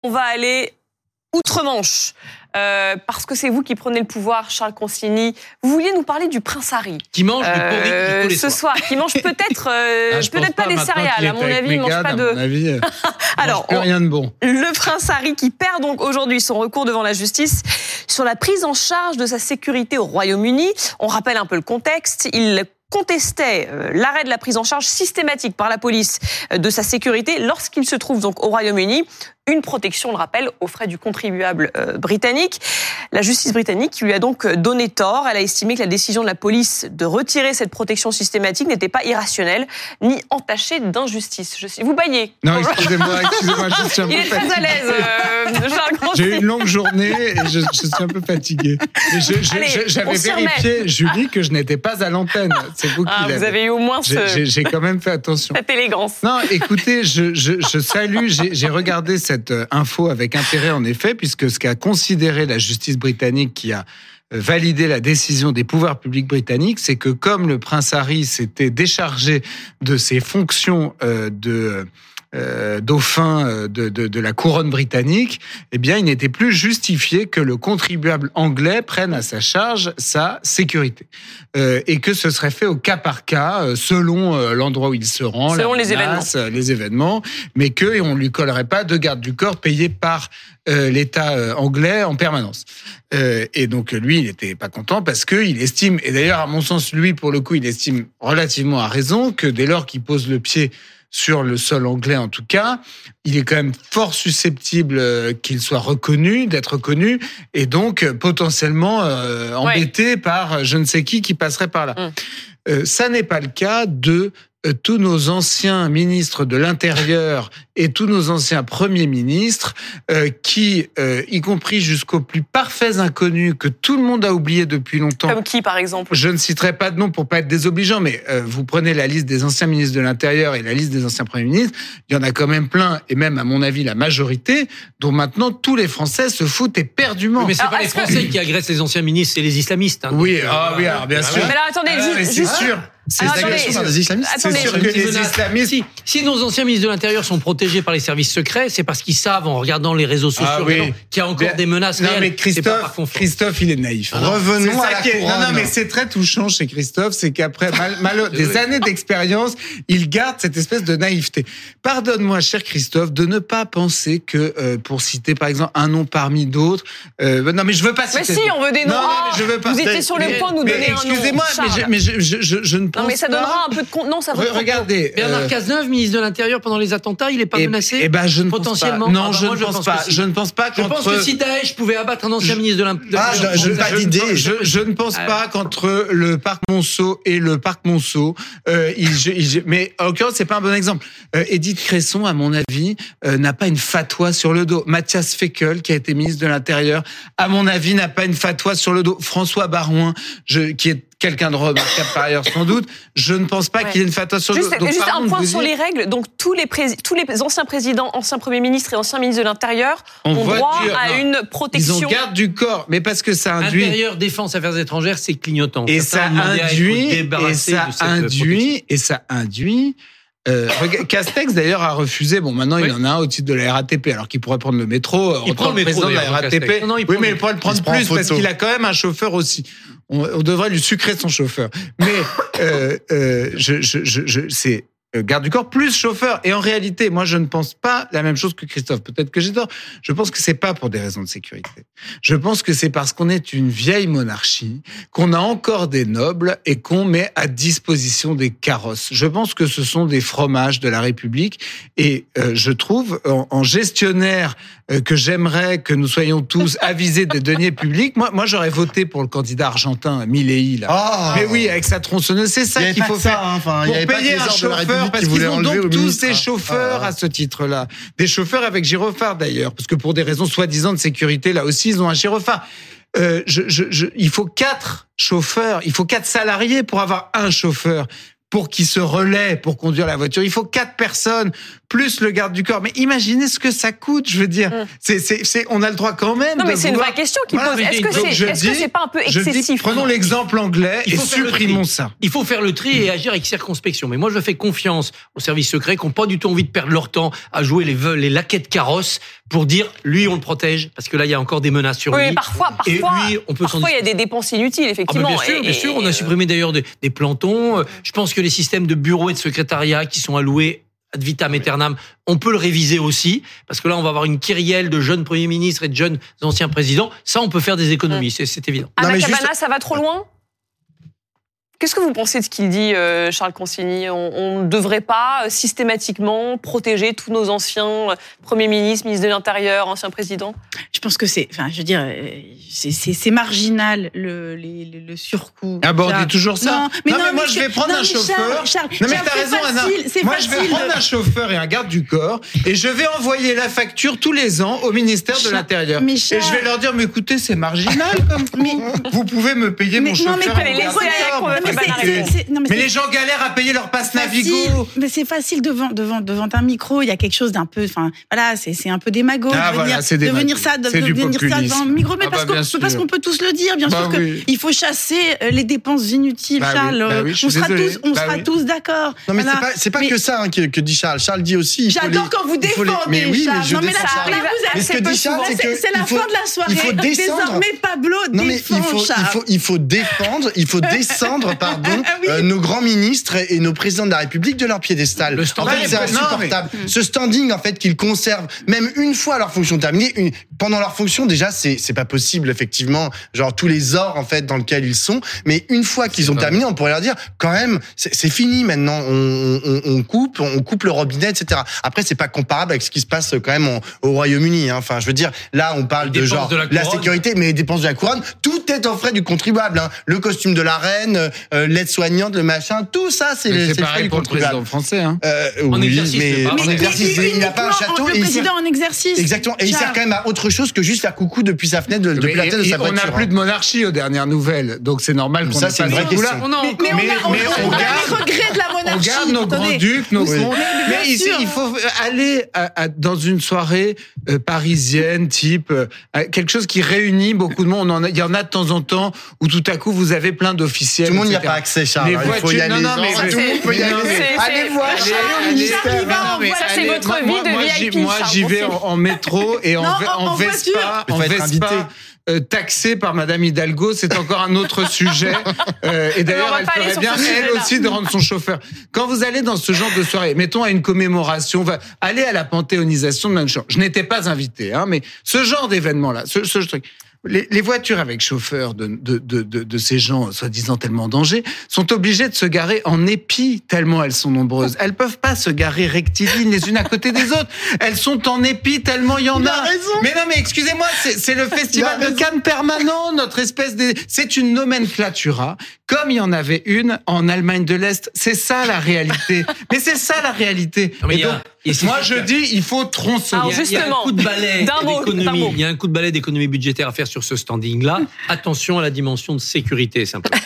On va aller outre-Manche, parce que c'est vous qui prenez le pouvoir, Charles Consigny. Vous vouliez nous parler du prince Harry. Qui mange du porridge tous les ce soirs. Qui mange peut-être pas des céréales, à mon avis, il mange pas de... Alors, rien de bon. Le prince Harry qui perd donc aujourd'hui son recours devant la justice sur la prise en charge de sa sécurité au Royaume-Uni. On rappelle un peu le contexte. Il contestait l'arrêt de la prise en charge systématique par la police de sa sécurité lorsqu'il se trouve donc au Royaume-Uni. Une protection, on le rappelle, aux frais du contribuable britannique. La justice britannique lui a donc donné tort. Elle a estimé que la décision de la police de retirer cette protection systématique n'était pas irrationnelle ni entachée d'injustice. Vous baillez. Non, excusez-moi, je suis un peu fatigué. Il est très à l'aise, Charles Consigny. J'ai eu une longue journée et je suis un peu fatigué. J'avais vérifié, Julie, que je n'étais pas à l'antenne. C'est vous qui l'avez. Vous avez eu au moins J'ai quand même fait attention. Cette élégance. Non, écoutez, je salue, j'ai regardé cette info avec intérêt en effet, puisque ce qu'a considéré la justice britannique qui a validé la décision des pouvoirs publics britanniques, c'est que comme le prince Harry s'était déchargé de ses fonctions dauphin de la couronne britannique, eh bien, il n'était plus justifié que le contribuable anglais prenne à sa charge sa sécurité. Et que ce serait fait au cas par cas, selon l'endroit où il se rend, selon les événements, mais qu'on ne lui collerait pas de garde du corps payés par l'État anglais en permanence. Et donc, lui, il n'était pas content parce qu'il estime, et d'ailleurs, à mon sens, lui, pour le coup, il estime relativement à raison que dès lors qu'il pose le pied sur le sol anglais en tout cas, il est quand même fort susceptible qu'il soit d'être reconnu, et donc potentiellement embêté par je ne sais qui passerait par là. Ça n'est pas le cas de tous nos anciens ministres de l'Intérieur et tous nos anciens premiers ministres qui, y compris jusqu'aux plus parfaits inconnus que tout le monde a oublié depuis longtemps. Comme qui, par exemple ? Je ne citerai pas de nom pour pas être désobligeant, mais vous prenez la liste des anciens ministres de l'Intérieur et la liste des anciens premiers ministres, il y en a quand même plein, et même à mon avis la majorité, dont maintenant tous les Français se foutent éperdument. Oui, mais c'est pas les Français qui agressent les anciens ministres, c'est les islamistes. Hein, oui, alors bien sûr. Mais alors attendez, c'est sûr. C'est l'agression par des islamistes. C'est sûr que les islamistes... Si nos anciens ministres de l'Intérieur sont protégés par les services secrets, c'est parce qu'ils savent, en regardant les réseaux sociaux, qu'il y a encore des menaces réelles. Non, mais Christophe, il est naïf. Revenons à la couronne. Non, mais c'est très touchant chez Christophe, c'est qu'après des années d'expérience, il garde cette espèce de naïveté. Pardonne-moi, cher Christophe, de ne pas penser que, pour citer par exemple un nom parmi d'autres, non, mais je veux pas citer. Mais si, on veut des noms. Non, mais je veux pas. Vous étiez sur le point de nous donner un nom. Excusez-moi, mais je ne pense pas. Non, mais ça donnera un peu de contenance à votre Regardez. Bernard Cazeneuve, ministre de l'Intérieur, pendant les attentats, il n'est pas menacé? Eh ben, je ne potentiellement. Pense pas. Non, je ne pense pas. Je ne pense pas. Je pense que si Daesh pouvait abattre un ancien ministre de l'Intérieur. Je ne pense pas qu'entre le parc Monceau et le parc Monceau, mais en l'occurrence, c'est pas un bon exemple. Édith Cresson, à mon avis, n'a pas une fatwa sur le dos. Mathias Fekl, qui a été ministre de l'Intérieur, à mon avis, n'a pas une fatwa sur le dos. François Barouin, qui est quelqu'un de remarquable par ailleurs sans doute, je ne pense pas qu'il y ait une fatwa sur le dos. Juste un point sur les règles. Donc tous les anciens présidents, anciens premiers ministres et anciens ministres de l'Intérieur ont droit à une protection. Ils ont garde du corps, mais parce que ça induit... Intérieur, défense, affaires étrangères, c'est clignotant. Et ça induit... Castex d'ailleurs a refusé. Bon, maintenant il en a un au titre de la RATP, alors qu'il pourrait prendre le métro. Il prend le métro de la RATP. Non, oui, mais il pourrait le prendre plus parce qu'il a quand même un chauffeur aussi. On devrait lui sucrer son chauffeur. Mais c'est garde du corps plus chauffeur. Et en réalité, moi, je ne pense pas la même chose que Christophe. Peut-être que j'ai tort. Je pense que c'est pas pour des raisons de sécurité. Je pense que c'est parce qu'on est une vieille monarchie, qu'on a encore des nobles et qu'on met à disposition des carrosses. Je pense que ce sont des fromages de la République. Et je trouve, en gestionnaire que j'aimerais que nous soyons tous avisés des deniers publics, moi, j'aurais voté pour le candidat argentin, Milei, là. Oh, mais oui, avec sa tronçonneuse, c'est ça qu'il faut faire. Pour payer un chauffeur, parce qu'ils ont donc tous des chauffeurs à ce titre-là. Des chauffeurs avec gyrophare d'ailleurs, parce que pour des raisons soi-disant de sécurité, là aussi, ils ont un gyrophare. Il faut 4 chauffeurs, il faut 4 salariés pour avoir un chauffeur. Pour qu'il se relaie pour conduire la voiture. Il faut 4 personnes plus le garde du corps. Mais imaginez ce que ça coûte, je veux dire. On a le droit quand même. Non, mais de c'est une vouloir... vraie question qui pose. Est-ce que c'est pas un peu excessif? Je dis, prenons l'exemple anglais et supprimons ça. Il faut faire le tri et agir avec circonspection. Mais moi, je fais confiance aux services secrets qui n'ont pas du tout envie de perdre leur temps à jouer les laquais de carrosse pour dire, lui, on le protège, parce que là, il y a encore des menaces sur lui. Oui, parfois, il y a des dépenses inutiles, effectivement. Bien sûr. On a supprimé d'ailleurs des plantons. Je pense que les systèmes de bureaux et de secrétariat qui sont alloués ad vitam aeternam, on peut le réviser aussi, parce que là, on va avoir une kyrielle de jeunes premiers ministres et de jeunes anciens présidents. Ça, on peut faire des économies, c'est évident. Anna Cabana, ça va trop loin ? Qu'est-ce que vous pensez de ce qu'il dit, Charles Consigny ? On ne devrait pas systématiquement protéger tous nos anciens premiers ministres, ministres de l'Intérieur, anciens présidents ? Je pense que c'est marginal le surcoût. Ah bon, on dit toujours ça. Non, mais moi je vais prendre un chauffeur. Non mais t'as raison, Anna. Moi je vais prendre un chauffeur et un garde du corps et je vais envoyer la facture tous les ans au ministère de l'Intérieur. Et je vais leur dire, mais écoutez, c'est marginal comme coût. Vous pouvez me payer mon chauffeur. Mais les gens galèrent à payer leur passe Navigo. Mais c'est facile devant un micro. Il y a quelque chose d'un peu, voilà, c'est un peu démago. De venir ça devant un micro. Mais parce qu'on peut tous le dire, bien sûr qu'il faut chasser les dépenses inutiles, Charles. On sera tous d'accord. Non, mais c'est pas que ça que dit Charles. Charles dit aussi. J'adore quand vous défendez, Charles. Non, mais là, c'est la fin de la soirée. Désormais, Pablo défend Charles. Il faut descendre, nos grands ministres et nos présidents de la République de leur piédestal. En fait, c'est insupportable. Ce standing, en fait, qu'ils conservent, même une fois leur fonction terminée, pendant leur fonction, déjà, c'est pas possible, effectivement, genre tous les ors, en fait, dans lesquels ils sont. Mais une fois qu'ils ont terminé, on pourrait leur dire, quand même, c'est fini maintenant. On coupe le robinet, etc. Après, c'est pas comparable avec ce qui se passe quand même au Royaume-Uni. Enfin, je veux dire, là, on parle de genre la sécurité, mais les dépenses de la couronne, tout est en frais du contribuable. Le costume de la reine, l'aide-soignante, le machin, tout ça, c'est pareil pour le président français. En exercice, mais en exercice, il n'a pas un château. Le président en exercice. Exactement. Et il sert quand même à autre chose que juste faire coucou depuis sa fenêtre depuis la tête de sa voiture. On n'a plus de monarchie aux dernières nouvelles, donc c'est normal qu'on c'est une vraie question. Mais on garde les regrets de la monarchie. On garde nos grands-ducs, nos comtes. Mais ici, il faut aller dans une soirée parisienne, type quelque chose qui réunit beaucoup de monde. Il y en a de temps en temps où tout à coup vous avez plein d'officiels. Tout le monde n'y a pas accès, Charles. Il faut y aller. Tout le monde peut y aller. Allez voir. Ça, c'est votre vie de VIP. Moi, j'y vais en métro et en Vespa. En Vespa. Taxé par Madame Hidalgo, c'est encore un autre sujet. Et d'ailleurs, elle ferait bien, elle aussi, de rendre son chauffeur. Quand vous allez dans ce genre de soirée, mettons à une commémoration, allez à la panthéonisation de Manchon. Je n'étais pas invité, mais ce genre d'événement-là, ce truc. Les voitures avec chauffeur de ces gens soi-disant tellement en danger sont obligées de se garer en épi tellement elles sont nombreuses. Elles peuvent pas se garer rectilignes les unes à côté des autres. Elles sont en épi tellement il y en a. Mais non, mais excusez-moi, c'est le festival de Cannes permanent, notre espèce de... C'est une nomenclatura, comme il y en avait une en Allemagne de l'Est. C'est ça la réalité. Mais c'est ça la réalité. Non, mais moi je dis, il faut tronçonner. Alors justement, il y a un coup de balai d'économie. Il y a un coup de balai d'économie budgétaire à faire sur ce standing-là. Attention à la dimension de sécurité, simplement.